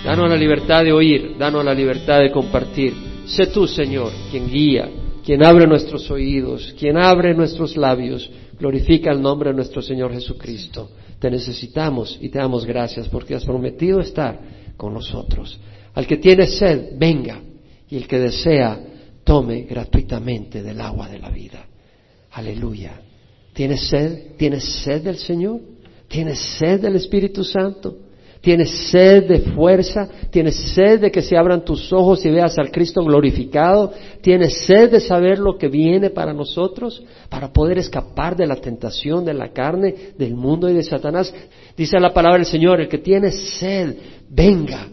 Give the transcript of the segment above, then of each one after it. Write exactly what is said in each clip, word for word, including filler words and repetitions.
Danos la libertad de oír, danos la libertad de compartir. Sé tú, Señor, quien guía, quien abre nuestros oídos, quien abre nuestros labios. Glorifica el nombre de nuestro Señor Jesucristo. Te necesitamos y te damos gracias porque has prometido estar con nosotros. Al que tiene sed, venga, y el que desea, tome gratuitamente del agua de la vida. Aleluya. ¿Tienes sed? ¿Tienes sed del Señor? ¿Tienes sed del Espíritu Santo? ¿Tienes sed de fuerza? ¿Tienes sed de que se abran tus ojos y veas al Cristo glorificado? ¿Tienes sed de saber lo que viene para nosotros? Para poder escapar de la tentación de la carne, del mundo y de Satanás. Dice la palabra del Señor, el que tiene sed, venga,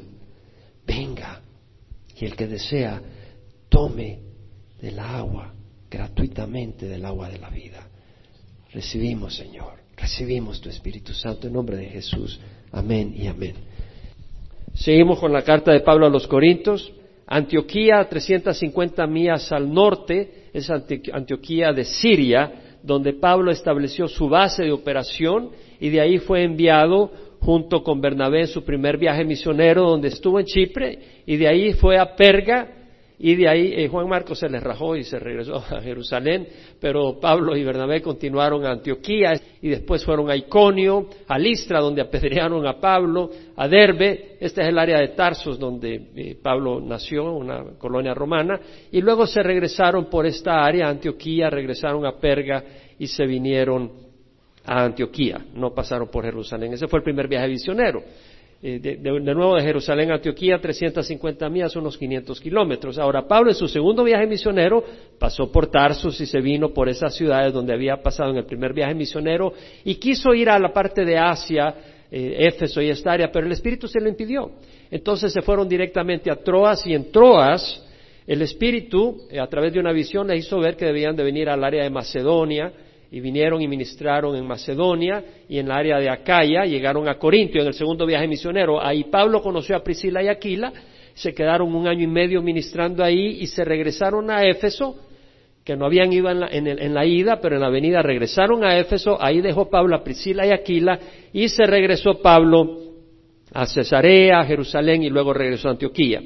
venga. Y el que desea, tome del agua, gratuitamente del agua de la vida. Recibimos, Señor, recibimos tu Espíritu Santo en nombre de Jesús. Amén y amén. Seguimos con la carta de Pablo a los Corintios. Antioquía, trescientas cincuenta millas al norte, es Antioquía de Siria, donde Pablo estableció su base de operación y de ahí fue enviado junto con Bernabé en su primer viaje misionero, donde estuvo en Chipre, y de ahí fue a Perga, y de ahí eh, Juan Marcos se les rajó y se regresó a Jerusalén, pero Pablo y Bernabé continuaron a Antioquía y después fueron a Iconio, a Listra, donde apedrearon a Pablo, a Derbe, este es el área de Tarsos donde eh, Pablo nació, una colonia romana, y luego se regresaron por esta área, a Antioquía, regresaron a Perga y se vinieron a Antioquía, no pasaron por Jerusalén. Ese fue el primer viaje misionero. De, de, de nuevo de Jerusalén a Antioquía, trescientas cincuenta millas, unos quinientos kilómetros. Ahora Pablo en su segundo viaje misionero pasó por Tarsus y se vino por esas ciudades donde había pasado en el primer viaje misionero y quiso ir a la parte de Asia, eh, Éfeso y esta área, pero el Espíritu se lo impidió. Entonces se fueron directamente a Troas y en Troas el Espíritu, eh, a través de una visión, les hizo ver que debían de venir al área de Macedonia. Y vinieron y ministraron en Macedonia y en el área de Acaya, llegaron a Corinto en el segundo viaje misionero. Ahí Pablo conoció a Priscila y Aquila, se quedaron un año y medio ministrando ahí y se regresaron a Éfeso, que no habían ido en la, en, el, en la ida, pero en la venida regresaron a Éfeso. Ahí dejó Pablo a Priscila y Aquila y se regresó Pablo a Cesarea, a Jerusalén y luego regresó a Antioquía.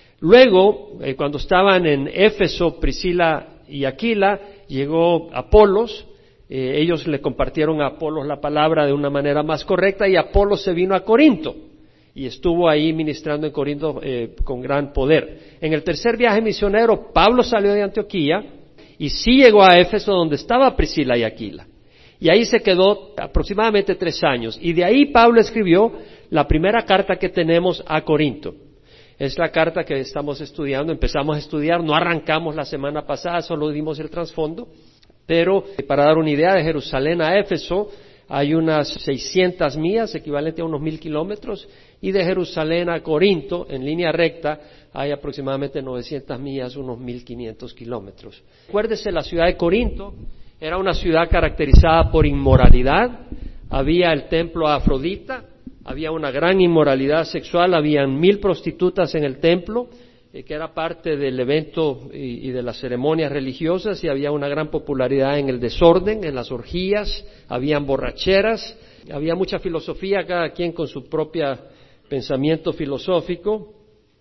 Luego, eh, cuando estaban en Éfeso, Priscila y Aquila, llegó Apolos. Eh, ellos le compartieron a Apolos la palabra de una manera más correcta y Apolos se vino a Corinto y estuvo ahí ministrando en Corinto eh, con gran poder. En el tercer viaje misionero, Pablo salió de Antioquía y sí llegó a Éfeso donde estaba Priscila y Aquila. Y ahí se quedó aproximadamente tres años. Y de ahí Pablo escribió la primera carta que tenemos a Corinto. Es la carta que estamos estudiando, empezamos a estudiar, no arrancamos la semana pasada, solo dimos el trasfondo. Pero para dar una idea, de Jerusalén a Éfeso hay unas seiscientas millas, equivalente a unos mil kilómetros, y de Jerusalén a Corinto, en línea recta, hay aproximadamente novecientas millas, unos mil quinientos kilómetros. Acuérdese, la ciudad de Corinto era una ciudad caracterizada por inmoralidad, había el templo a Afrodita, había una gran inmoralidad sexual, habían mil prostitutas en el templo, que era parte del evento y de las ceremonias religiosas, y había una gran popularidad en el desorden, en las orgías, habían borracheras, había mucha filosofía, cada quien con su propio pensamiento filosófico,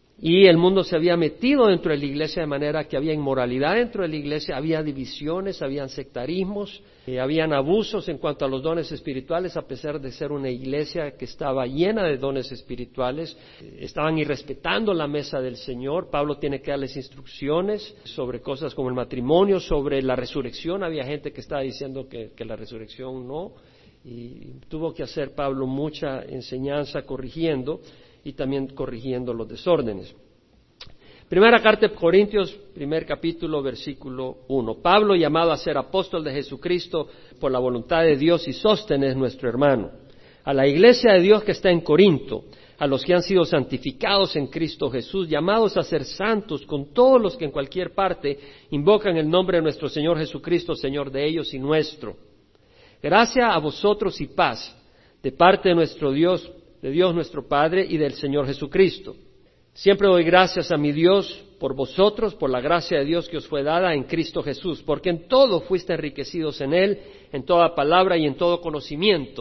y el mundo se había metido dentro de la iglesia de manera que había inmoralidad dentro de la iglesia, había divisiones, habían sectarismos, eh, habían abusos en cuanto a los dones espirituales, a pesar de ser una iglesia que estaba llena de dones espirituales, eh, estaban irrespetando la mesa del Señor. Pablo tiene que darles instrucciones sobre cosas como el matrimonio, sobre la resurrección. Había gente que estaba diciendo que, que la resurrección no, y tuvo que hacer Pablo mucha enseñanza corrigiendo y también corrigiendo los desórdenes. Primera carta de Corintios, primer capítulo, versículo uno. Pablo, llamado a ser apóstol de Jesucristo por la voluntad de Dios, y Sóstenes, nuestro hermano, a la iglesia de Dios que está en Corinto, a los que han sido santificados en Cristo Jesús, llamados a ser santos, con todos los que en cualquier parte invocan el nombre de nuestro Señor Jesucristo, Señor de ellos y nuestro. Gracia a vosotros y paz, de parte de nuestro Dios, de Dios nuestro Padre y del Señor Jesucristo. Siempre doy gracias a mi Dios por vosotros, por la gracia de Dios que os fue dada en Cristo Jesús, porque en todo fuiste enriquecidos en Él, en toda palabra y en todo conocimiento,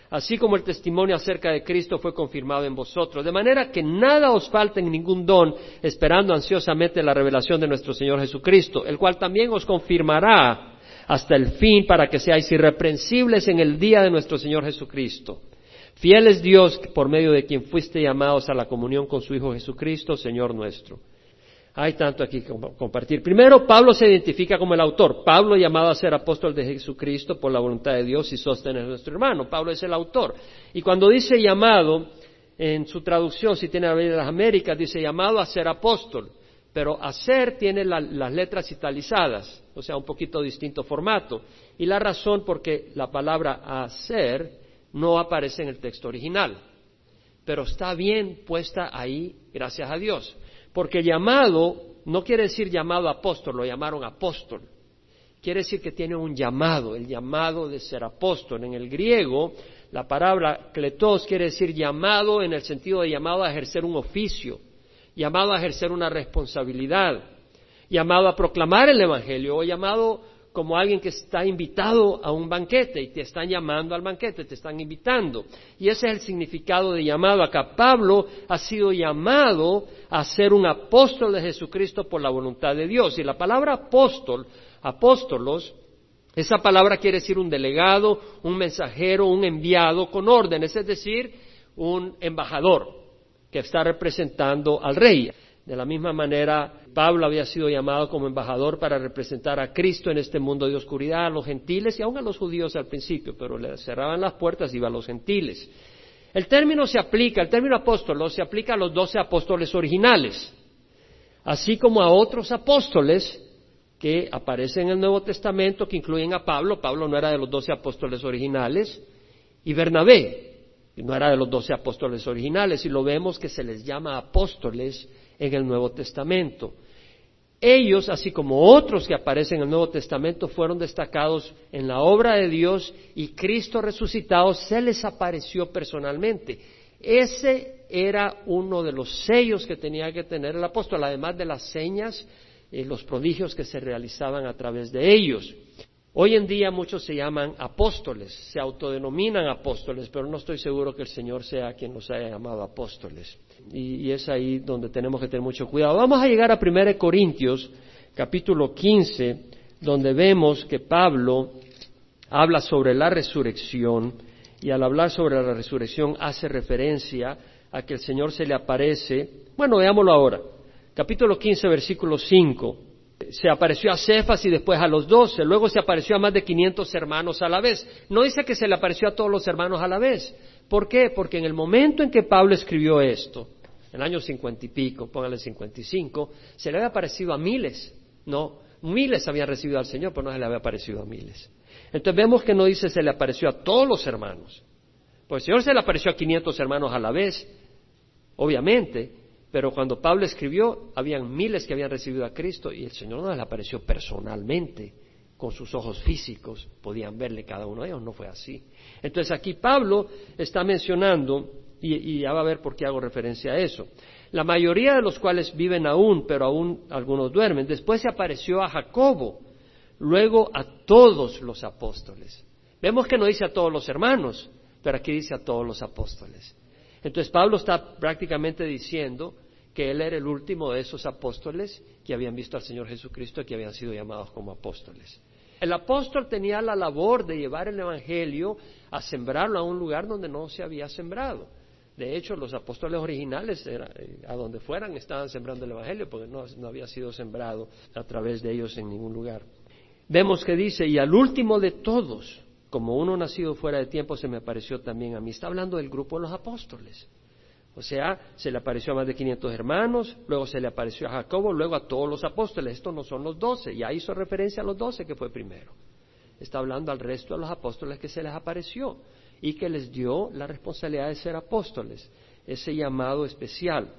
así como el testimonio acerca de Cristo fue confirmado en vosotros, de manera que nada os falte en ningún don, esperando ansiosamente la revelación de nuestro Señor Jesucristo, el cual también os confirmará hasta el fin para que seáis irreprensibles en el día de nuestro Señor Jesucristo. Fiel es Dios por medio de quien fuiste llamados a la comunión con su Hijo Jesucristo, Señor nuestro. Hay tanto aquí que compartir. Primero, Pablo se identifica como el autor. Pablo, llamado a ser apóstol de Jesucristo por la voluntad de Dios y Sóstenes nuestro hermano. Pablo es el autor. Y cuando dice llamado, en su traducción, si tiene la Biblia de las Américas, dice llamado a ser apóstol. Pero a ser tiene la, las letras italizadas, o sea, un poquito distinto formato. Y la razón porque la palabra a ser no aparece en el texto original. Pero está bien puesta ahí, gracias a Dios. Porque llamado no quiere decir llamado apóstol, lo llamaron apóstol. Quiere decir que tiene un llamado, el llamado de ser apóstol. En el griego, la palabra kletos quiere decir llamado en el sentido de llamado a ejercer un oficio, llamado a ejercer una responsabilidad, llamado a proclamar el evangelio o llamado como alguien que está invitado a un banquete y te están llamando al banquete, te están invitando. Y ese es el significado de llamado acá. Pablo ha sido llamado a ser un apóstol de Jesucristo por la voluntad de Dios. Y la palabra apóstol, apóstolos, esa palabra quiere decir un delegado, un mensajero, un enviado con órdenes, es decir, un embajador que está representando al rey. De la misma manera, Pablo había sido llamado como embajador para representar a Cristo en este mundo de oscuridad, a los gentiles y aún a los judíos al principio, pero le cerraban las puertas y iba a los gentiles. El término se aplica, el término apóstolo se aplica a los doce apóstoles originales, así como a otros apóstoles que aparecen en el Nuevo Testamento, que incluyen a Pablo. Pablo no era de los doce apóstoles originales, y Bernabé no era de los doce apóstoles originales, y lo vemos que se les llama apóstoles en el Nuevo Testamento. Ellos, así como otros que aparecen en el Nuevo Testamento, fueron destacados en la obra de Dios y Cristo resucitado se les apareció personalmente. Ese era uno de los sellos que tenía que tener el apóstol, además de las señas, eh, los prodigios que se realizaban a través de ellos. Hoy en día muchos se llaman apóstoles, se autodenominan apóstoles, pero no estoy seguro que el Señor sea quien los haya llamado apóstoles. Y, y es ahí donde tenemos que tener mucho cuidado. Vamos a llegar a primera de Corintios, capítulo quince, donde vemos que Pablo habla sobre la resurrección, y al hablar sobre la resurrección hace referencia a que el Señor se le aparece. Bueno, veámoslo ahora. Capítulo quince, versículo cinco. Se apareció a Cefas y después a los doce, luego se apareció a más de quinientos hermanos a la vez. No dice que se le apareció a todos los hermanos a la vez. ¿Por qué? Porque en el momento en que Pablo escribió esto, en el año cincuenta y pico, póngale cincuenta y cinco, se le había aparecido a miles. No, miles habían recibido al Señor, pero no se le había aparecido a miles. Entonces vemos que no dice se le apareció a todos los hermanos. Pues el Señor se le apareció a quinientos hermanos a la vez, obviamente. Pero cuando Pablo escribió, habían miles que habían recibido a Cristo y el Señor no les apareció personalmente, con sus ojos físicos, podían verle cada uno de ellos, no fue así. Entonces aquí Pablo está mencionando, y, y ya va a ver por qué hago referencia a eso, la mayoría de los cuales viven aún, pero aún algunos duermen. Después se apareció a Jacobo, luego a todos los apóstoles. Vemos que no dice a todos los hermanos, pero aquí dice a todos los apóstoles. Entonces Pablo está prácticamente diciendo que él era el último de esos apóstoles que habían visto al Señor Jesucristo y que habían sido llamados como apóstoles. El apóstol tenía la labor de llevar el evangelio a sembrarlo a un lugar donde no se había sembrado. De hecho, los apóstoles originales, era, a donde fueran, estaban sembrando el evangelio porque no, no había sido sembrado a través de ellos en ningún lugar. Vemos que dice, y al último de todos, como uno nacido fuera de tiempo, se me apareció también a mí. Está hablando del grupo de los apóstoles. O sea, se le apareció a más de quinientos hermanos, luego se le apareció a Jacobo, luego a todos los apóstoles. Estos no son los doce, ya hizo referencia a los doce que fue primero. Está hablando al resto de los apóstoles que se les apareció y que les dio la responsabilidad de ser apóstoles, ese llamado especial.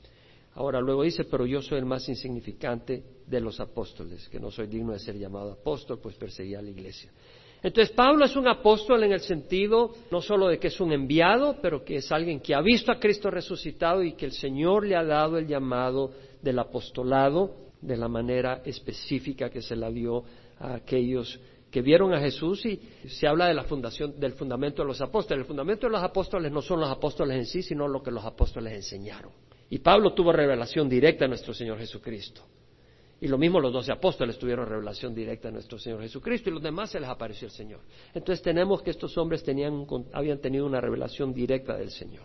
Ahora luego dice, pero yo soy el más insignificante de los apóstoles, que no soy digno de ser llamado apóstol, pues perseguía a la iglesia. Entonces Pablo es un apóstol en el sentido no solo de que es un enviado, pero que es alguien que ha visto a Cristo resucitado y que el Señor le ha dado el llamado del apostolado de la manera específica que se la dio a aquellos que vieron a Jesús, y se habla de la fundación, del fundamento de los apóstoles. El fundamento de los apóstoles no son los apóstoles en sí, sino lo que los apóstoles enseñaron. Y Pablo tuvo revelación directa de nuestro Señor Jesucristo. Y lo mismo los doce apóstoles tuvieron revelación directa de nuestro Señor Jesucristo, y los demás se les apareció el Señor. Entonces tenemos que estos hombres tenían, habían tenido una revelación directa del Señor.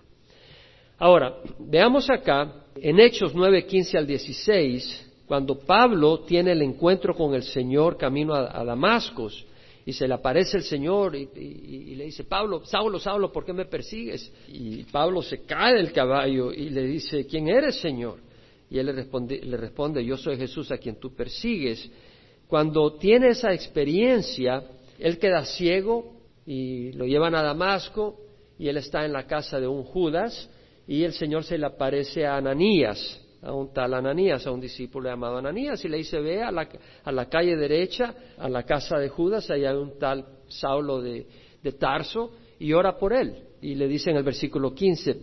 Ahora, veamos acá, en Hechos nueve, quince al dieciséis, cuando Pablo tiene el encuentro con el Señor camino a, a Damasco, y se le aparece el Señor y, y, y le dice, Pablo, Saulo, Saulo, ¿por qué me persigues? Y Pablo se cae del caballo y le dice, ¿quién eres, Señor? Y él le responde, le responde, yo soy Jesús a quien tú persigues. Cuando tiene esa experiencia, él queda ciego y lo llevan a Damasco, y él está en la casa de un Judas, y el Señor se le aparece a Ananías, a un tal Ananías, a un discípulo llamado Ananías, y le dice, ve a la, a la calle derecha, a la casa de Judas, allá hay un tal Saulo de, de Tarso, y ora por él. Y le dice en el versículo quince,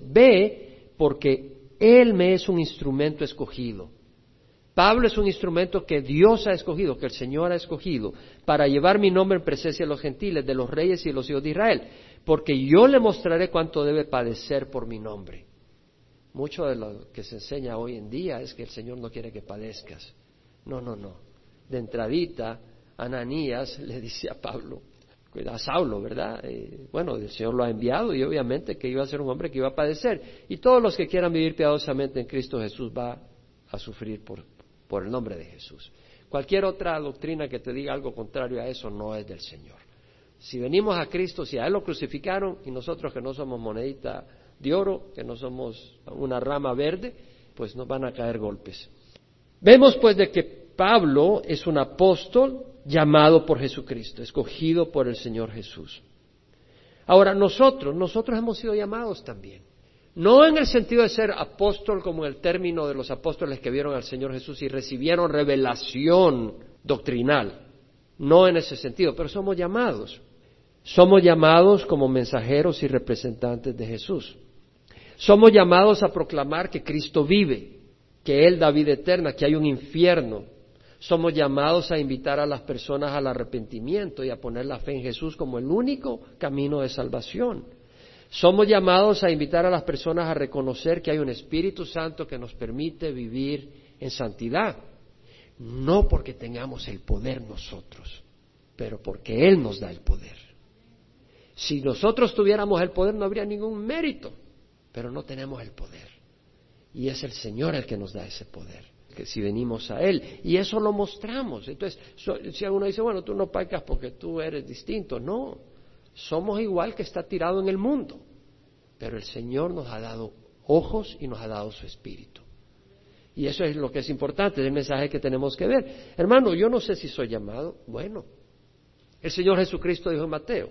ve porque él me es un instrumento escogido. Pablo es un instrumento que Dios ha escogido, que el Señor ha escogido, para llevar mi nombre en presencia de los gentiles, de los reyes y de los hijos de Israel, porque yo le mostraré cuánto debe padecer por mi nombre. Mucho de lo que se enseña hoy en día es que el Señor no quiere que padezcas. No, no, no. De entradita, Ananías le dice a Pablo, a Saulo, ¿verdad? Eh, bueno, el Señor lo ha enviado, y obviamente que iba a ser un hombre que iba a padecer. Y todos los que quieran vivir piadosamente en Cristo Jesús va a sufrir por, por el nombre de Jesús. Cualquier otra doctrina que te diga algo contrario a eso no es del Señor. Si venimos a Cristo, si a Él lo crucificaron, y nosotros que no somos monedita de oro, que no somos una rama verde, pues nos van a caer golpes. Vemos pues de que Pablo es un apóstol llamado por Jesucristo, escogido por el Señor Jesús. Ahora nosotros, nosotros hemos sido llamados también. No en el sentido de ser apóstol como en el término de los apóstoles que vieron al Señor Jesús y recibieron revelación doctrinal. No en ese sentido, pero somos llamados. Somos llamados como mensajeros y representantes de Jesús. Somos llamados a proclamar que Cristo vive, que Él da vida eterna, que hay un infierno. Somos llamados a invitar a las personas al arrepentimiento y a poner la fe en Jesús como el único camino de salvación. Somos llamados a invitar a las personas a reconocer que hay un Espíritu Santo que nos permite vivir en santidad. No porque tengamos el poder nosotros, pero porque Él nos da el poder. Si nosotros tuviéramos el poder no habría ningún mérito, pero no tenemos el poder. Y es el Señor el que nos da ese poder, que si venimos a Él. Y eso lo mostramos. Entonces, si alguno dice, bueno, tú no pecas porque tú eres distinto. No, somos igual que está tirado en el mundo. Pero el Señor nos ha dado ojos y nos ha dado su Espíritu. Y eso es lo que es importante, es el mensaje que tenemos que ver. Hermano, yo no sé si soy llamado. Bueno, el Señor Jesucristo dijo en Mateo,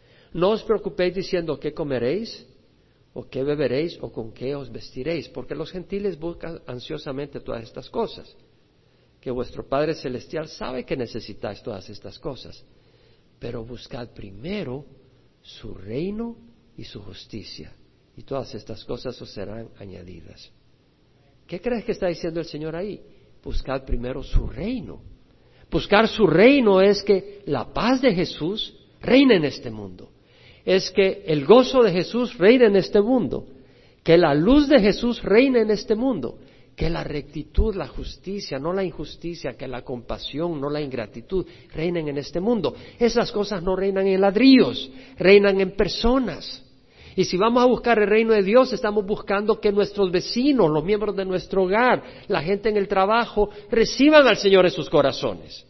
no os preocupéis diciendo qué comeréis, o qué beberéis, o con qué os vestiréis, porque los gentiles buscan ansiosamente todas estas cosas, que vuestro Padre Celestial sabe que necesitáis todas estas cosas, pero buscad primero su reino y su justicia, y todas estas cosas os serán añadidas. ¿Qué crees que está diciendo el Señor ahí? Buscad primero su reino. Buscar su reino es que la paz de Jesús reine en este mundo. Es que el gozo de Jesús reine en este mundo, que la luz de Jesús reine en este mundo, que la rectitud, la justicia, no la injusticia, que la compasión, no la ingratitud, reinen en este mundo. Esas cosas no reinan en ladrillos, reinan en personas. Y si vamos a buscar el reino de Dios, estamos buscando que nuestros vecinos, los miembros de nuestro hogar, la gente en el trabajo, reciban al Señor en sus corazones.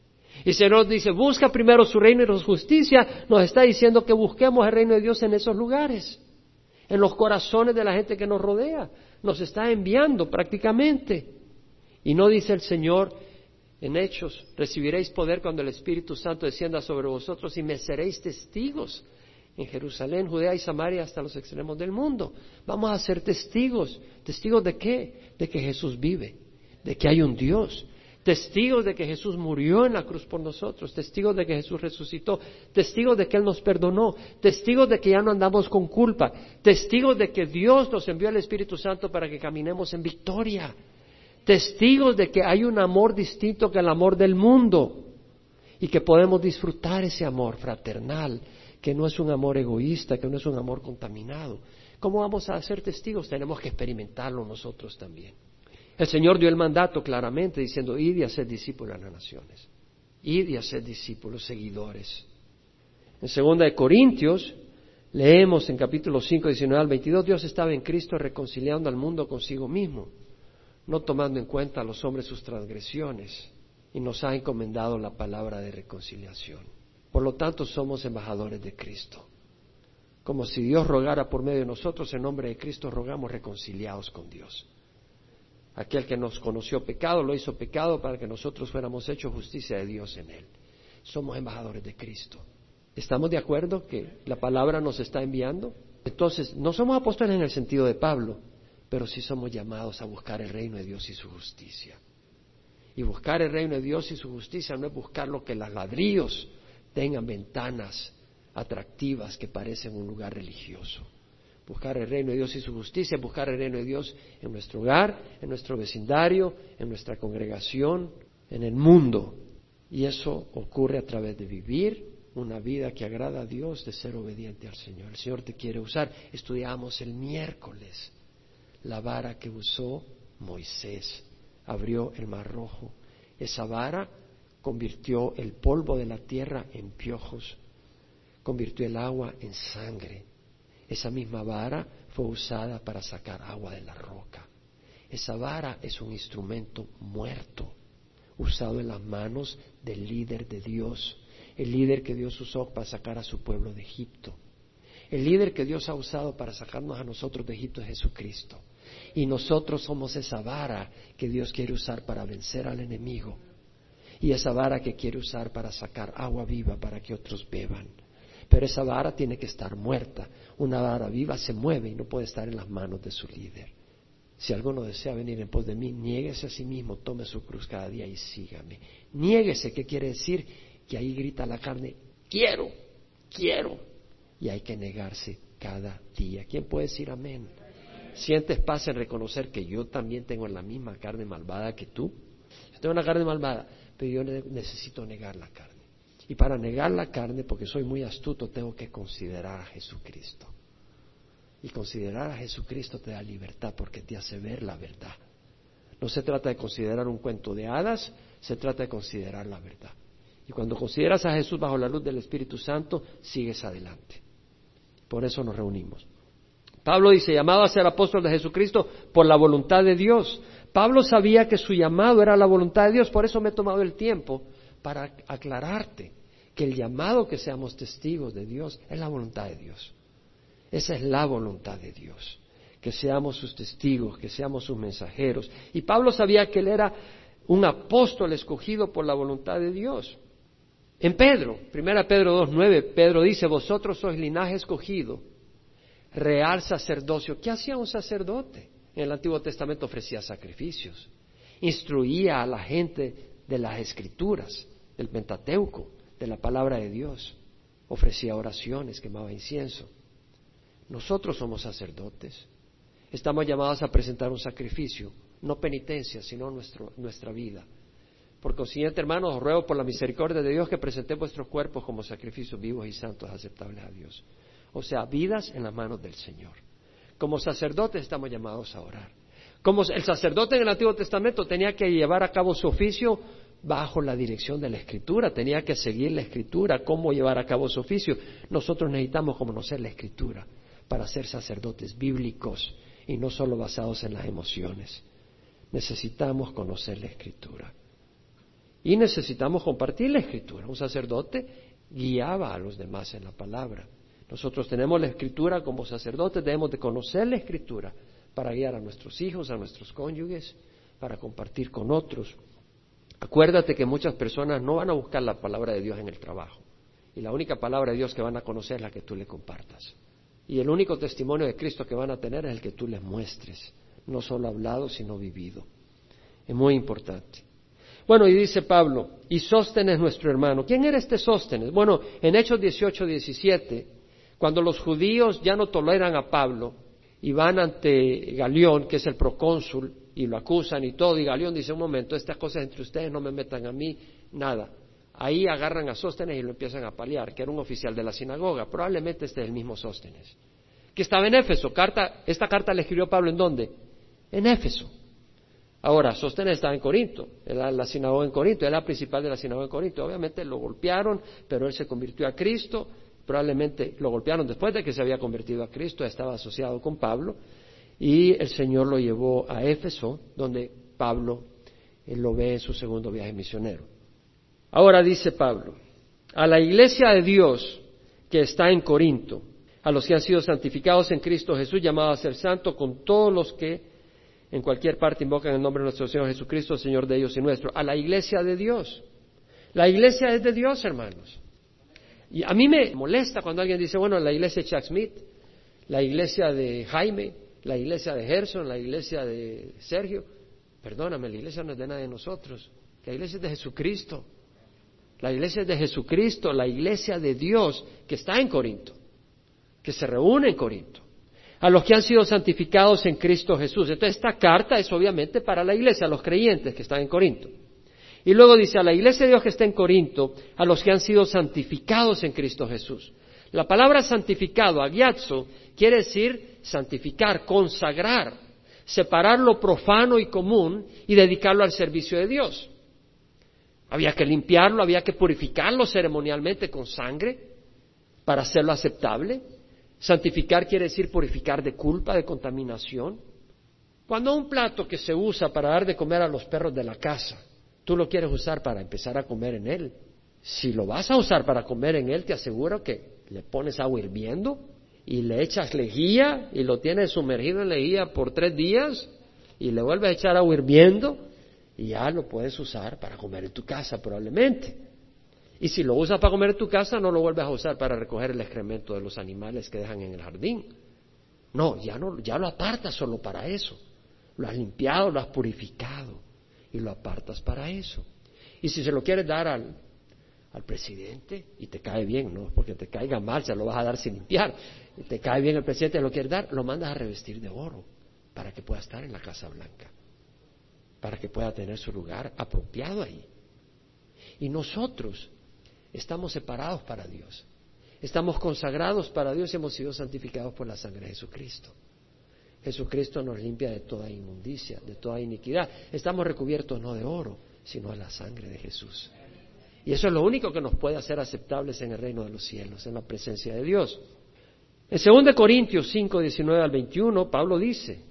Y si nos dice, busca primero su reino y su justicia, nos está diciendo que busquemos el reino de Dios en esos lugares, en los corazones de la gente que nos rodea. Nos está enviando prácticamente. Y no dice el Señor en Hechos, recibiréis poder cuando el Espíritu Santo descienda sobre vosotros y me seréis testigos en Jerusalén, Judea y Samaria hasta los extremos del mundo. Vamos a ser testigos. ¿Testigos de qué? De que Jesús vive, de que hay un Dios. Testigos de que Jesús murió en la cruz por nosotros, testigos de que Jesús resucitó, testigos de que Él nos perdonó, testigos de que ya no andamos con culpa, testigos de que Dios nos envió al Espíritu Santo para que caminemos en victoria, testigos de que hay un amor distinto que el amor del mundo y que podemos disfrutar ese amor fraternal, que no es un amor egoísta, que no es un amor contaminado. ¿Cómo vamos a ser testigos? Tenemos que experimentarlo nosotros también. El Señor dio el mandato claramente diciendo, id y haced discípulos a las naciones. Id y haced discípulos, seguidores. En segunda de Corintios, leemos en capítulo cinco, diecinueve al veintidós, Dios estaba en Cristo reconciliando al mundo consigo mismo, no tomando en cuenta a los hombres sus transgresiones, y nos ha encomendado la palabra de reconciliación. Por lo tanto, somos embajadores de Cristo. Como si Dios rogara por medio de nosotros, en nombre de Cristo rogamos reconciliados con Dios. Aquel que nos conoció pecado, lo hizo pecado para que nosotros fuéramos hechos justicia de Dios en Él. Somos embajadores de Cristo. ¿Estamos de acuerdo que la palabra nos está enviando? Entonces, no somos apóstoles en el sentido de Pablo, pero sí somos llamados a buscar el reino de Dios y su justicia. Y buscar el reino de Dios y su justicia no es buscar lo que los ladrillos tengan ventanas atractivas que parecen un lugar religioso. Buscar el reino de Dios y su justicia, buscar el reino de Dios en nuestro hogar, en nuestro vecindario, en nuestra congregación, en el mundo. Y eso ocurre a través de vivir una vida que agrada a Dios, de ser obediente al Señor. El Señor te quiere usar. Estudiamos el miércoles la vara que usó Moisés. Abrió el Mar Rojo. Esa vara convirtió el polvo de la tierra en piojos, convirtió el agua en sangre. Esa misma vara fue usada para sacar agua de la roca. Esa vara es un instrumento muerto, usado en las manos del líder de Dios, el líder que Dios usó para sacar a su pueblo de Egipto. El líder que Dios ha usado para sacarnos a nosotros de Egipto es Jesucristo. Y nosotros somos esa vara que Dios quiere usar para vencer al enemigo. Y esa vara que quiere usar para sacar agua viva para que otros beban. Pero esa vara tiene que estar muerta. Una vara viva se mueve y no puede estar en las manos de su líder. Si alguno desea venir en pos de mí, niéguese a sí mismo, tome su cruz cada día y sígame. Niéguese, ¿qué quiere decir? Que ahí grita la carne, quiero, quiero. Y hay que negarse cada día. ¿Quién puede decir amén? ¿Sientes paz en reconocer que yo también tengo la misma carne malvada que tú? Yo tengo una carne malvada, pero yo necesito negar la carne. Y para negar la carne, porque soy muy astuto, tengo que considerar a Jesucristo. Y considerar a Jesucristo te da libertad porque te hace ver la verdad. No se trata de considerar un cuento de hadas, se trata de considerar la verdad. Y cuando consideras a Jesús bajo la luz del Espíritu Santo, sigues adelante. Por eso nos reunimos. Pablo dice, llamado a ser apóstol de Jesucristo por la voluntad de Dios. Pablo sabía que su llamado era la voluntad de Dios, por eso me he tomado el tiempo para aclararte que el llamado que seamos testigos de Dios es la voluntad de Dios. Esa es la voluntad de Dios, que seamos sus testigos, que seamos sus mensajeros. Y Pablo sabía que él era un apóstol escogido por la voluntad de Dios. En Pedro, primera Pedro dos nueve, Pedro dice, vosotros sois linaje escogido, real sacerdocio. ¿Qué hacía un sacerdote? En el Antiguo Testamento ofrecía sacrificios, instruía a la gente de las Escrituras, del Pentateuco, de la palabra de Dios, ofrecía oraciones, quemaba incienso. Nosotros somos sacerdotes, estamos llamados a presentar un sacrificio, no penitencia, sino nuestro, nuestra vida. Por consiguiente, hermanos, os ruego por la misericordia de Dios que presentéis vuestros cuerpos como sacrificios vivos y santos aceptables a Dios. O sea, vidas en las manos del Señor. Como sacerdotes estamos llamados a orar. Como el sacerdote en el Antiguo Testamento tenía que llevar a cabo su oficio bajo la dirección de la Escritura, tenía que seguir la Escritura, cómo llevar a cabo su oficio. Nosotros necesitamos conocer la Escritura para ser sacerdotes bíblicos y no solo basados en las emociones. Necesitamos conocer la Escritura. Y necesitamos compartir la Escritura. Un sacerdote guiaba a los demás en la palabra. Nosotros tenemos la Escritura como sacerdotes, debemos de conocer la Escritura para guiar a nuestros hijos, a nuestros cónyuges, para compartir con otros. Acuérdate que muchas personas no van a buscar la palabra de Dios en el trabajo. Y la única palabra de Dios que van a conocer es la que tú le compartas. Y el único testimonio de Cristo que van a tener es el que tú les muestres. No solo hablado, sino vivido. Es muy importante. Bueno, y dice Pablo, y Sóstenes nuestro hermano. ¿Quién era este Sóstenes? Bueno, en Hechos dieciocho diecisiete, cuando los judíos ya no toleran a Pablo y van ante Galión, que es el procónsul, y lo acusan y todo, y Galión dice, un momento, estas cosas entre ustedes no me metan a mí, nada. ahí agarran a Sóstenes y lo empiezan a apalear, que era un oficial de la sinagoga. Probablemente este es el mismo Sóstenes, que estaba en Éfeso. Carta, esta carta le escribió Pablo ¿en dónde? En Éfeso. Ahora, Sóstenes estaba en Corinto, era la sinagoga en Corinto, era la principal de la sinagoga en Corinto. Obviamente lo golpearon, pero él se convirtió a Cristo. Probablemente lo golpearon después de que se había convertido a Cristo, estaba asociado con Pablo, y el Señor lo llevó a Éfeso, donde Pablo él lo ve en su segundo viaje misionero. Ahora dice Pablo, a la iglesia de Dios que está en Corinto, a los que han sido santificados en Cristo Jesús, llamados a ser santos, con todos los que en cualquier parte invocan el nombre de nuestro Señor Jesucristo, Señor de ellos y nuestro, a la iglesia de Dios. La iglesia es de Dios, hermanos. Y a mí me molesta cuando alguien dice, bueno, la iglesia de Chuck Smith, la iglesia de Jaime, la iglesia de Gerson, la iglesia de Sergio. Perdóname, la iglesia no es de nadie de nosotros. La iglesia es de Jesucristo. La iglesia es de Jesucristo, la iglesia de Dios que está en Corinto, que se reúne en Corinto. A los que han sido santificados en Cristo Jesús. Entonces esta carta es obviamente para la iglesia, a los creyentes que están en Corinto. Y luego dice, a la iglesia de Dios que está en Corinto, a los que han sido santificados en Cristo Jesús. La palabra santificado, agiazo, quiere decir santificar, consagrar, separar lo profano y común y dedicarlo al servicio de Dios. Había que limpiarlo, había que purificarlo ceremonialmente con sangre para hacerlo aceptable. Santificar quiere decir purificar de culpa, de contaminación. Cuando un plato que se usa para dar de comer a los perros de la casa, tú lo quieres usar para empezar a comer en él, si lo vas a usar para comer en él, te aseguro que le pones agua hirviendo y le echas lejía y lo tienes sumergido en lejía por tres días y le vuelves a echar agua hirviendo y ya lo puedes usar para comer en tu casa probablemente. Y si lo usas para comer en tu casa, no lo vuelves a usar para recoger el excremento de los animales que dejan en el jardín. No, ya no, ya lo apartas solo para eso. Lo has limpiado, lo has purificado y lo apartas para eso. Y si se lo quieres dar al, al presidente y te cae bien, no porque te caiga mal, se lo vas a dar sin limpiar. Y te cae bien el presidente, lo quieres dar, lo mandas a revestir de oro para que pueda estar en la Casa Blanca, para que pueda tener su lugar apropiado ahí. Y nosotros estamos separados para Dios, estamos consagrados para Dios y hemos sido santificados por la sangre de Jesucristo. Jesucristo nos limpia de toda inmundicia, de toda iniquidad. Estamos recubiertos no de oro, sino de la sangre de Jesús. Y eso es lo único que nos puede hacer aceptables en el reino de los cielos, en la presencia de Dios. En segunda Corintios cinco, diecinueve al veintiuno, Pablo dice,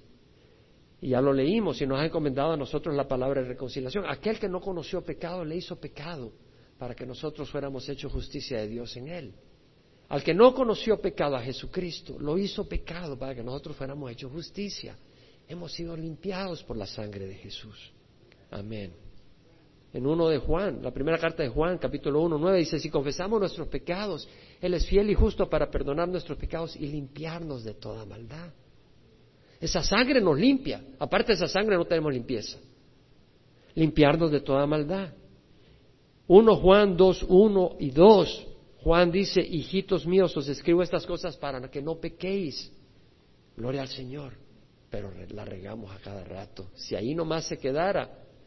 y ya lo leímos y nos ha encomendado a nosotros la palabra de reconciliación, aquel que no conoció pecado le hizo pecado para que nosotros fuéramos hechos justicia de Dios en él. Al que no conoció pecado, a Jesucristo, lo hizo pecado para que nosotros fuéramos hechos justicia. Hemos sido limpiados por la sangre de Jesús. Amén. En uno de Juan, la primera carta de Juan, capítulo uno, nueve, dice, si confesamos nuestros pecados, Él es fiel y justo para perdonar nuestros pecados y limpiarnos de toda maldad. Esa sangre nos limpia. Aparte de esa sangre no tenemos limpieza. Limpiarnos de toda maldad. Uno Juan dos, uno y dos. Juan dice, hijitos míos, os escribo estas cosas para que no pequéis. Gloria al Señor. Pero la regamos a cada rato. Si ahí nomás se quedara,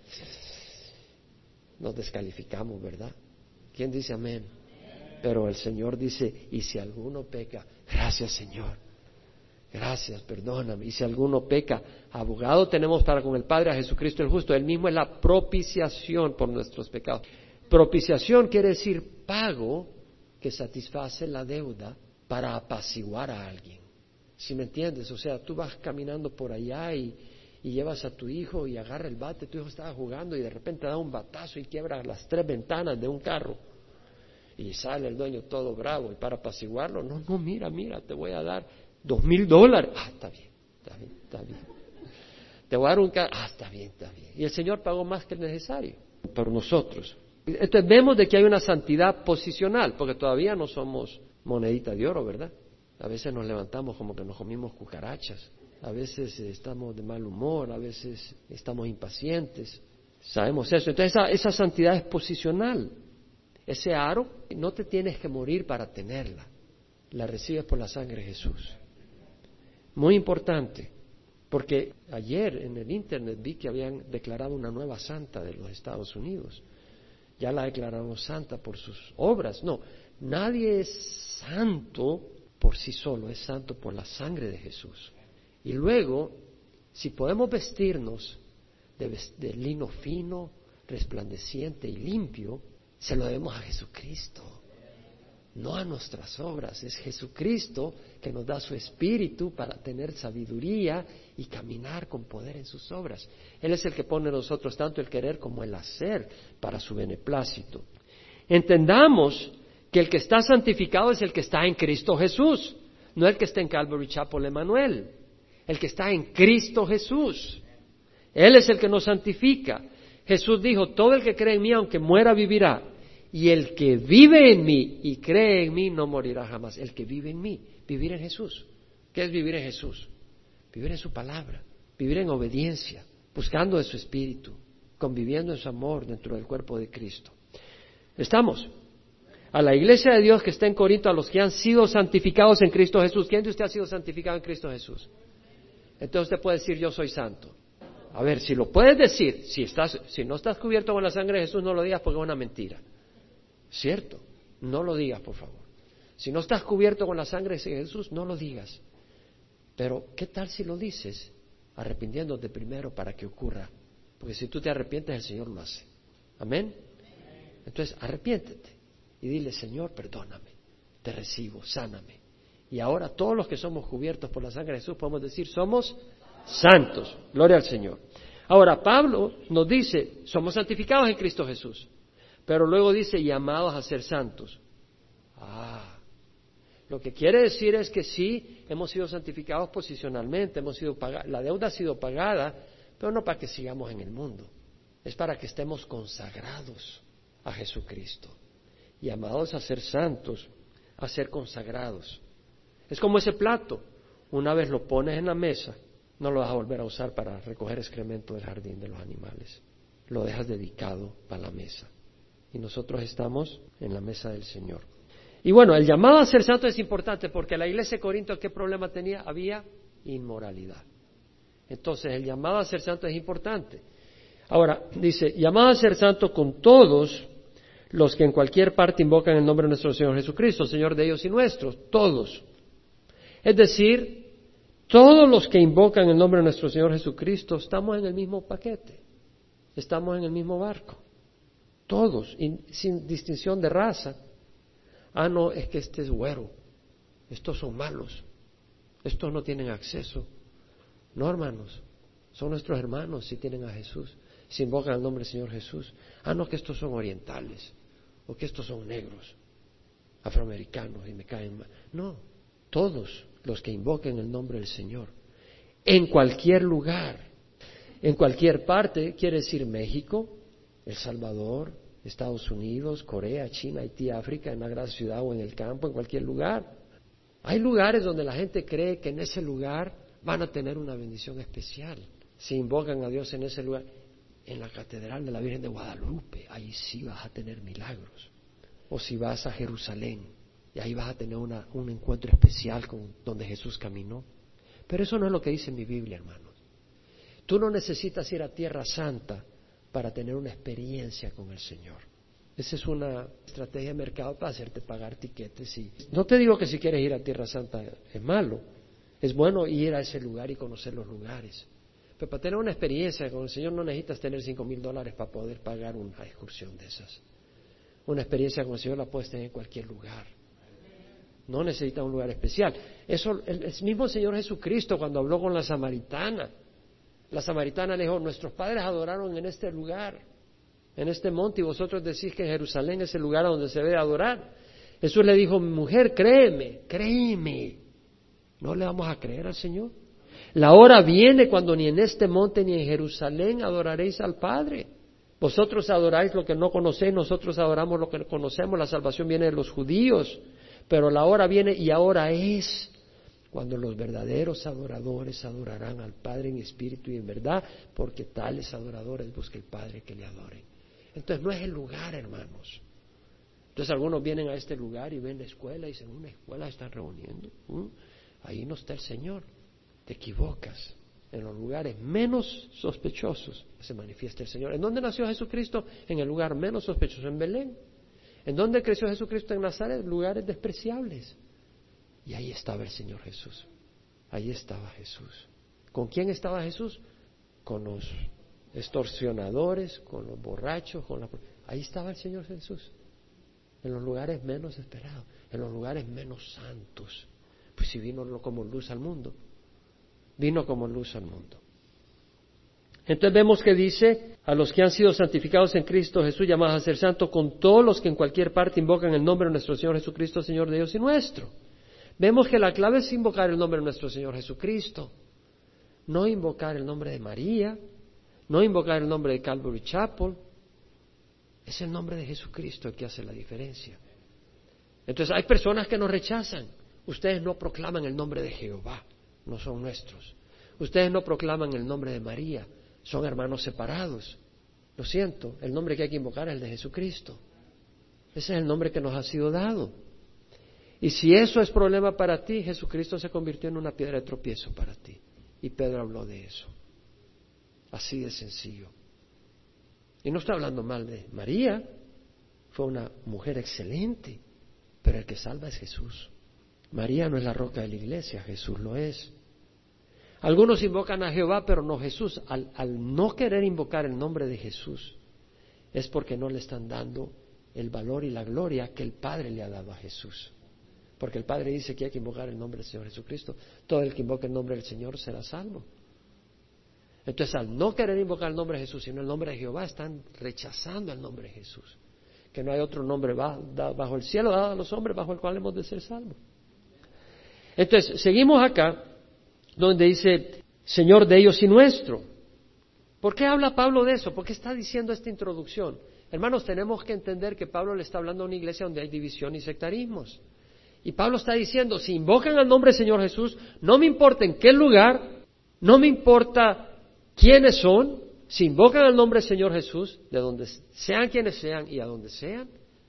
nos descalificamos, ¿verdad? ¿Quién dice amén? Pero el Señor dice, y si alguno peca, gracias Señor. Gracias, perdóname. Y si alguno peca, abogado tenemos para con el Padre a Jesucristo el justo. Él mismo es la propiciación por nuestros pecados. Propiciación quiere decir pago que satisface la deuda para apaciguar a alguien. ¿Sí me entiendes? O sea, tú vas caminando por allá y, y llevas a tu hijo y agarra el bate, tu hijo estaba jugando y de repente da un batazo y quiebra las tres ventanas de un carro. Y sale el dueño todo bravo y para apaciguarlo, no, no, mira, mira, te voy a dar dos mil dólares. Ah, está bien, está bien, está bien. Te voy a dar un carro. Ah, está bien, está bien. Y el Señor pagó más que el necesario por nosotros. Entonces vemos de que hay una santidad posicional, porque todavía no somos monedita de oro, ¿verdad? A veces nos levantamos como que nos comimos cucarachas, a veces estamos de mal humor, a veces estamos impacientes, sabemos eso. Entonces esa, esa santidad es posicional. Ese aro no te tienes que morir para tenerla, la recibes por la sangre de Jesús. Muy importante, porque ayer en el internet vi que habían declarado una nueva santa de los Estados Unidos. ya la declaramos santa por sus obras. No, nadie es santo por sí solo, es santo por la sangre de Jesús. Y luego, si podemos vestirnos de, de lino fino, resplandeciente y limpio, se lo debemos a Jesucristo, no a nuestras obras. Es Jesucristo que nos da su espíritu para tener sabiduría y caminar con poder en sus obras. Él es el que pone en nosotros tanto el querer como el hacer para su beneplácito. Entendamos que el que está santificado es el que está en Cristo Jesús, no el que está en Calvary Chapel Emanuel, el que está en Cristo Jesús. Él es el que nos santifica. Jesús dijo, todo el que cree en mí, aunque muera, vivirá. Y el que vive en mí y cree en mí no morirá jamás. El que vive en mí, vivir en Jesús. ¿Qué es vivir en Jesús? Vivir en su palabra, vivir en obediencia, buscando de su espíritu, conviviendo en su amor dentro del cuerpo de Cristo. ¿Estamos? A la iglesia de Dios que está en Corinto, a los que han sido santificados en Cristo Jesús. ¿Quién de usted ha sido santificado en Cristo Jesús? Entonces usted puede decir, yo soy santo. A ver, si lo puedes decir, si estás, si no estás cubierto con la sangre de Jesús, no lo digas porque es una mentira. ¿Cierto? No lo digas, por favor. Si no estás cubierto con la sangre de Jesús, no lo digas. Pero, ¿qué tal si lo dices? Arrepintiéndote primero para que ocurra. Porque si tú te arrepientes, el Señor lo hace. ¿Amén? Entonces, arrepiéntete y dile, Señor, perdóname, te recibo, sáname. Y ahora todos los que somos cubiertos por la sangre de Jesús podemos decir, somos santos. Gloria al Señor. Ahora, Pablo nos dice, somos santificados en Cristo Jesús. Pero luego dice, llamados a ser santos. Ah, lo que quiere decir es que sí, hemos sido santificados posicionalmente, hemos sido pagados, la deuda ha sido pagada, pero no para que sigamos en el mundo, es para que estemos consagrados a Jesucristo, llamados a ser santos, a ser consagrados. Es como ese plato, una vez lo pones en la mesa, no lo vas a volver a usar para recoger excremento del jardín de los animales, lo dejas dedicado para la mesa. Y nosotros estamos en la mesa del Señor. Y bueno, el llamado a ser santo es importante porque la iglesia de Corinto, ¿qué problema tenía? Había inmoralidad. Entonces, el llamado a ser santo es importante. Ahora, dice, llamado a ser santo con todos los que en cualquier parte invocan el nombre de nuestro Señor Jesucristo, Señor de ellos y nuestros, todos. Es decir, todos los que invocan el nombre de nuestro Señor Jesucristo, estamos en el mismo paquete, estamos en el mismo barco. Todos, y sin distinción de raza. Ah, no, es que este es güero, estos son malos, estos no tienen acceso. No, hermanos, son nuestros hermanos si tienen a Jesús, si invocan el nombre del Señor Jesús. Ah, no, que estos son orientales, o que estos son negros, afroamericanos y me caen mal. No, todos los que invoquen el nombre del Señor, en cualquier lugar, en cualquier parte, quiere decir México, El Salvador, Estados Unidos, Corea, China, Haití, África, en una gran ciudad o en el campo, en cualquier lugar. Hay lugares donde la gente cree que en ese lugar van a tener una bendición especial. Si invocan a Dios en ese lugar, en la Catedral de la Virgen de Guadalupe, ahí sí vas a tener milagros. O si vas a Jerusalén, y ahí vas a tener una, un encuentro especial con donde Jesús caminó. Pero eso no es lo que dice mi Biblia, hermanos. Tú no necesitas ir a Tierra Santa para tener una experiencia con el Señor. Esa es una estrategia de mercado para hacerte pagar tiquetes. Y no te digo que si quieres ir a Tierra Santa es malo, es bueno ir a ese lugar y conocer los lugares. Pero para tener una experiencia con el Señor no necesitas tener cinco mil dólares para poder pagar una excursión de esas. Una experiencia con el Señor la puedes tener en cualquier lugar. No necesitas un lugar especial. Eso, el, el mismo Señor Jesucristo cuando habló con la samaritana, la samaritana le dijo, nuestros padres adoraron en este lugar, en este monte, y vosotros decís que Jerusalén es el lugar donde se debe adorar. Jesús le dijo, mujer, créeme, créeme. ¿No le vamos a creer al Señor? La hora viene cuando ni en este monte ni en Jerusalén adoraréis al Padre. Vosotros adoráis lo que no conocéis, nosotros adoramos lo que conocemos, la salvación viene de los judíos. Pero la hora viene y ahora es cuando los verdaderos adoradores adorarán al Padre en espíritu y en verdad, porque tales adoradores busca el Padre que le adore. Entonces no es el lugar, hermanos. Entonces algunos vienen a este lugar y ven la escuela y dicen, una escuela están reuniendo. ¿Mm? Ahí no está el Señor. Te equivocas. En los lugares menos sospechosos se manifiesta el Señor. ¿En dónde nació Jesucristo? En el lugar menos sospechoso, en Belén. ¿En dónde creció Jesucristo? En Nazaret, lugares despreciables. Y ahí estaba el Señor Jesús. Ahí estaba Jesús. ¿Con quién estaba Jesús? Con los extorsionadores, con los borrachos, con la... Ahí estaba el Señor Jesús. En los lugares menos esperados, en los lugares menos santos. Pues si vino como luz al mundo. Vino como luz al mundo. Entonces vemos que dice, a los que han sido santificados en Cristo Jesús, llamados a ser santos, con todos los que en cualquier parte invocan el nombre de nuestro Señor Jesucristo, Señor de Dios y nuestro. Vemos que la clave es invocar el nombre de nuestro Señor Jesucristo. No invocar el nombre de María, no invocar el nombre de Calvary Chapel. Es el nombre de Jesucristo el que hace la diferencia. Entonces hay personas que nos rechazan. Ustedes no proclaman el nombre de Jehová. No son nuestros. Ustedes no proclaman el nombre de María, son hermanos separados. Lo siento, el nombre que hay que invocar es el de Jesucristo. Ese es el nombre que nos ha sido dado. Y si eso es problema para ti, Jesucristo se convirtió en una piedra de tropiezo para ti. Y Pedro habló de eso. Así de sencillo. Y no está hablando mal de María, fue una mujer excelente, pero el que salva es Jesús. María no es la roca de la iglesia, Jesús lo es. Algunos invocan a Jehová, pero no Jesús. Al, al no querer invocar el nombre de Jesús, es porque no le están dando el valor y la gloria que el Padre le ha dado a Jesús. Porque el Padre dice que hay que invocar el nombre del Señor Jesucristo. Todo el que invoque el nombre del Señor será salvo. Entonces, al no querer invocar el nombre de Jesús, sino el nombre de Jehová, están rechazando el nombre de Jesús. Que no hay otro nombre bajo el cielo dado a los hombres bajo el cual hemos de ser salvos. Entonces, seguimos acá, donde dice, Señor de ellos y nuestro. ¿Por qué habla Pablo de eso? ¿Por qué está diciendo esta introducción? Hermanos, tenemos que entender que Pablo le está hablando a una iglesia donde hay división y sectarismos. Y Pablo está diciendo, si invocan al nombre del Señor Jesús, no me importa en qué lugar, no me importa quiénes son, si invocan al nombre del Señor Jesús, de donde sean quienes sean y a donde sean,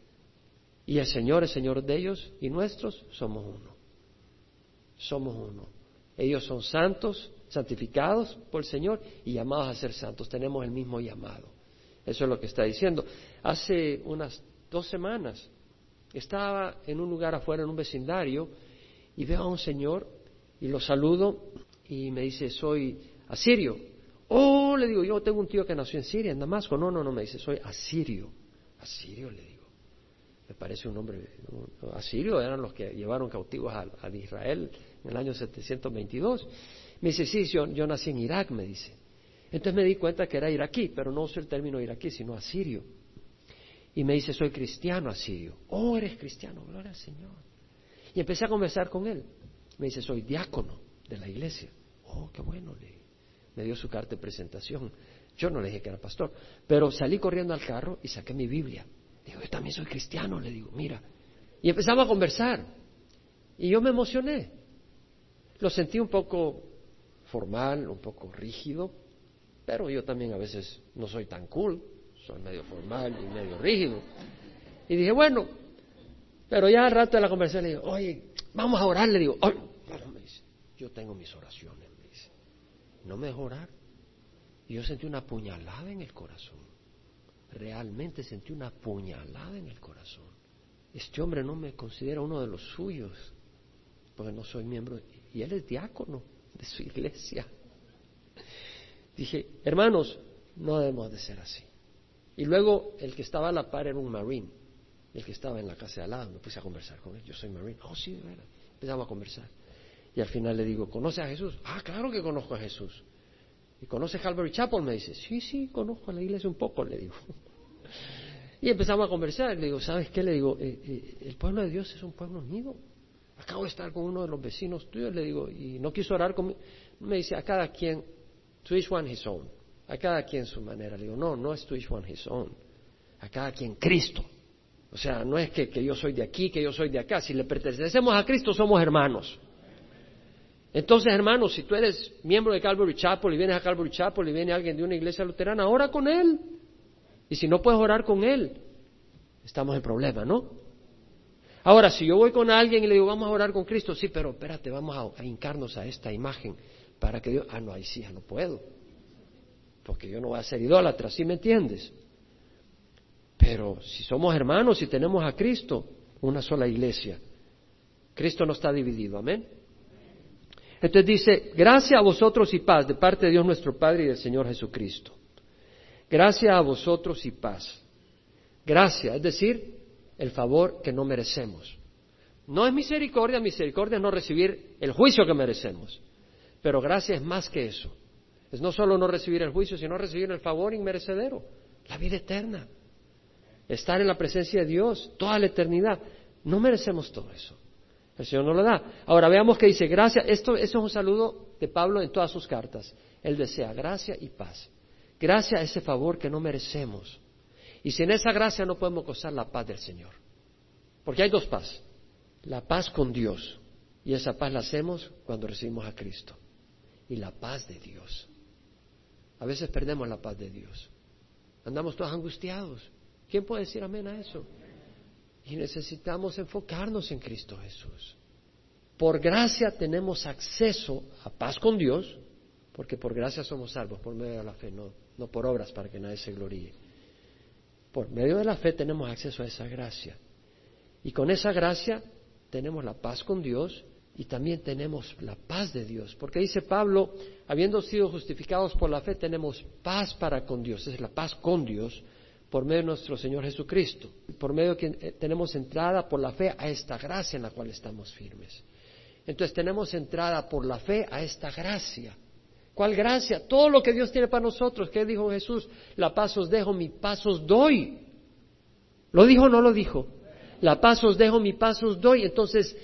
y el Señor es Señor de ellos y nuestros, somos uno. Somos uno. Ellos son santos, santificados por el Señor y llamados a ser santos. Tenemos el mismo llamado. Eso es lo que está diciendo. Hace unas dos semanas estaba en un lugar afuera, en un vecindario, y veo a un señor y lo saludo y me dice, soy asirio. Oh, le digo, yo tengo un tío que nació en Siria, en Damasco. No, no, no, me dice, soy asirio. Asirio, le digo. Me parece un nombre. Asirio eran los que llevaron cautivos a, a Israel en el año setecientos veintidós. Me dice, sí, yo, yo nací en Irak, me dice. Entonces me di cuenta que era iraquí, pero no uso el término iraquí, sino asirio. Y me dice, soy cristiano asirio. Oh, eres cristiano, gloria al Señor. Y empecé a conversar con él. Me dice, soy diácono de la iglesia. Oh, qué bueno, le me dio su carta de presentación. Yo no le dije que era pastor, pero salí corriendo al carro y saqué mi Biblia. Digo, yo también soy cristiano, le digo, mira. Y empezamos a conversar. Y yo me emocioné. Lo sentí un poco formal, un poco rígido, pero yo también a veces no soy tan cool, soy medio formal y medio rígido. Y dije, bueno, pero ya al rato de la conversación le digo, oye, vamos a orar, le digo, oh, bueno, me dice, yo tengo mis oraciones, me dice, no me dejo orar. Y yo sentí una puñalada en el corazón. Realmente sentí una puñalada en el corazón. Este hombre no me considera uno de los suyos, porque no soy miembro, y él es diácono de su iglesia. Dije, hermanos, no debemos de ser así. Y luego el que estaba a la par era un marine, el que estaba en la casa de al lado. Me puse a conversar con él, yo soy marine. Oh, sí, de verdad. Empezamos a conversar. Y al final le digo, ¿conoce a Jesús? Ah, claro que conozco a Jesús. ¿Y conoce Calvary Chapel? Me dice, sí, sí, conozco a la iglesia un poco, le digo. Y empezamos a conversar, le digo, ¿sabes qué? Le digo, eh, eh, el pueblo de Dios es un pueblo unido. Acabo de estar con uno de los vecinos tuyos, le digo, y no quiso orar conmigo. Me dice, a cada quien, to each one his own. A cada quien su manera. Le digo, no, no es to each one his own. A cada quien Cristo. O sea, no es que, que yo soy de aquí, que yo soy de acá. Si le pertenecemos a Cristo, somos hermanos. Entonces, hermanos, si tú eres miembro de Calvary Chapel y vienes a Calvary Chapel y viene alguien de una iglesia luterana, ora con él. Y si no puedes orar con él, estamos en problema, ¿no? Ahora, si yo voy con alguien y le digo, vamos a orar con Cristo, sí, pero espérate, vamos a, a hincarnos a esta imagen. para que Dios, ah, no, ahí sí ya no puedo, porque yo no voy a ser idólatra, ¿sí me entiendes? Pero si somos hermanos y tenemos a Cristo, una sola iglesia, Cristo no está dividido, amén. Entonces dice, gracias a vosotros y paz de parte de Dios nuestro Padre y del Señor Jesucristo. Gracias a vosotros y paz. Gracias, es decir, el favor que no merecemos. No es misericordia, misericordia es no recibir el juicio que merecemos. Pero gracia es más que eso. Es no solo no recibir el juicio, sino recibir el favor inmerecedero, la vida eterna. Estar en la presencia de Dios toda la eternidad. No merecemos todo eso. El Señor nos lo da. Ahora veamos que dice gracia. Esto, esto es un saludo de Pablo en todas sus cartas. Él desea gracia y paz. Gracia es ese favor que no merecemos. Y sin esa gracia no podemos gozar la paz del Señor. Porque hay dos paz. La paz con Dios. Y esa paz la hacemos cuando recibimos a Cristo. Y la paz de Dios. A veces perdemos la paz de Dios. Andamos todos angustiados. ¿Quién puede decir amén a eso? Y necesitamos enfocarnos en Cristo Jesús. Por gracia tenemos acceso a paz con Dios, porque por gracia somos salvos, por medio de la fe, no, no por obras para que nadie se gloríe. Por medio de la fe tenemos acceso a esa gracia. Y con esa gracia tenemos la paz con Dios y también tenemos la paz de Dios. Porque dice Pablo, habiendo sido justificados por la fe, tenemos paz para con Dios. Es la paz con Dios por medio de nuestro Señor Jesucristo. Por medio de que tenemos entrada por la fe a esta gracia en la cual estamos firmes. Entonces tenemos entrada por la fe a esta gracia. ¿Cuál gracia? Todo lo que Dios tiene para nosotros. ¿Qué dijo Jesús? La paz os dejo, mi paz os doy. ¿Lo dijo o no lo dijo? La paz os dejo, mi paz os doy. Entonces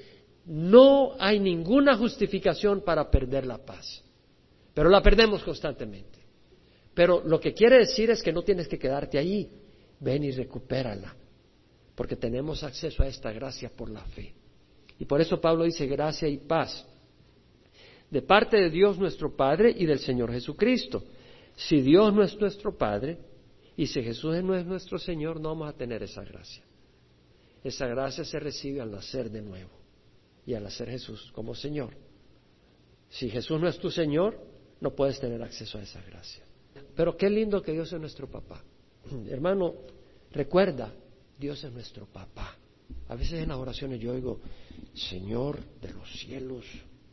no hay ninguna justificación para perder la paz. Pero la perdemos constantemente. Pero lo que quiere decir es que no tienes que quedarte allí. Ven y recupérala. Porque tenemos acceso a esta gracia por la fe. Y por eso Pablo dice gracia y paz. De parte de Dios nuestro Padre y del Señor Jesucristo. Si Dios no es nuestro Padre y si Jesús no es nuestro Señor, no vamos a tener esa gracia. Esa gracia se recibe al nacer de nuevo y al hacer Jesús como Señor. Si Jesús no es tu Señor, no puedes tener acceso a esa gracia. Pero qué lindo que Dios es nuestro papá. Hermano, recuerda, Dios es nuestro papá. A veces en las oraciones yo oigo, Señor de los cielos,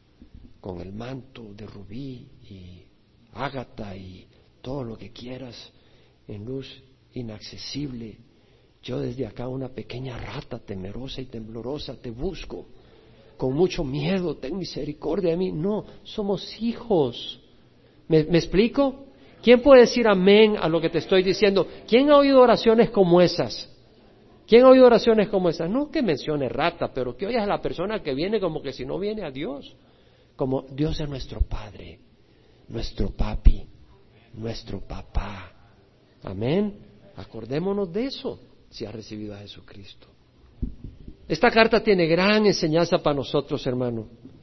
con el manto de rubí y ágata y todo lo que quieras, en luz inaccesible. Yo desde acá, una pequeña rata temerosa y temblorosa, te busco. Con mucho miedo, ten misericordia de mí. No, somos hijos. ¿Me, me explico? ¿Quién puede decir amén a lo que te estoy diciendo? ¿Quién ha oído oraciones como esas? ¿Quién ha oído oraciones como esas? No que mencione rata, pero que oyas a la persona que viene como que si no viene a Dios. Como Dios es nuestro Padre, nuestro papi, nuestro papá. Amén. Acordémonos de eso si has recibido a Jesucristo. Esta carta tiene gran enseñanza para nosotros, hermano.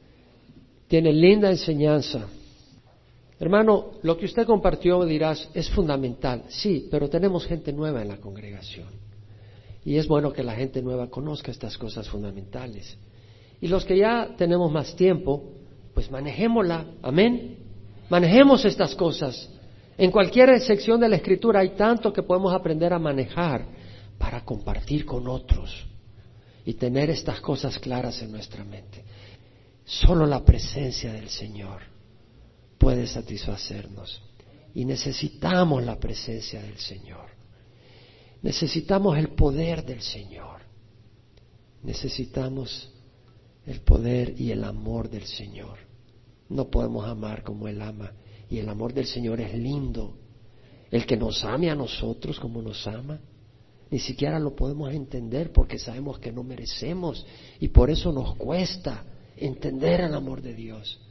Tiene linda enseñanza. Hermano, lo que usted compartió, dirás, es fundamental. Sí, pero tenemos gente nueva en la congregación. Y es bueno que la gente nueva conozca estas cosas fundamentales. Y los que ya tenemos más tiempo, pues manejémosla. Amén. Manejemos estas cosas. En cualquier sección de la Escritura hay tanto que podemos aprender a manejar para compartir con otros y tener estas cosas claras en nuestra mente. Solo la presencia del Señor puede satisfacernos y necesitamos la presencia del Señor. Necesitamos el poder del Señor. Necesitamos el poder y el amor del Señor. No podemos amar como Él ama. Y el amor del Señor es lindo. El que nos ame a nosotros como nos ama, ni siquiera lo podemos entender porque sabemos que no merecemos. Y por eso nos cuesta entender el amor de Dios.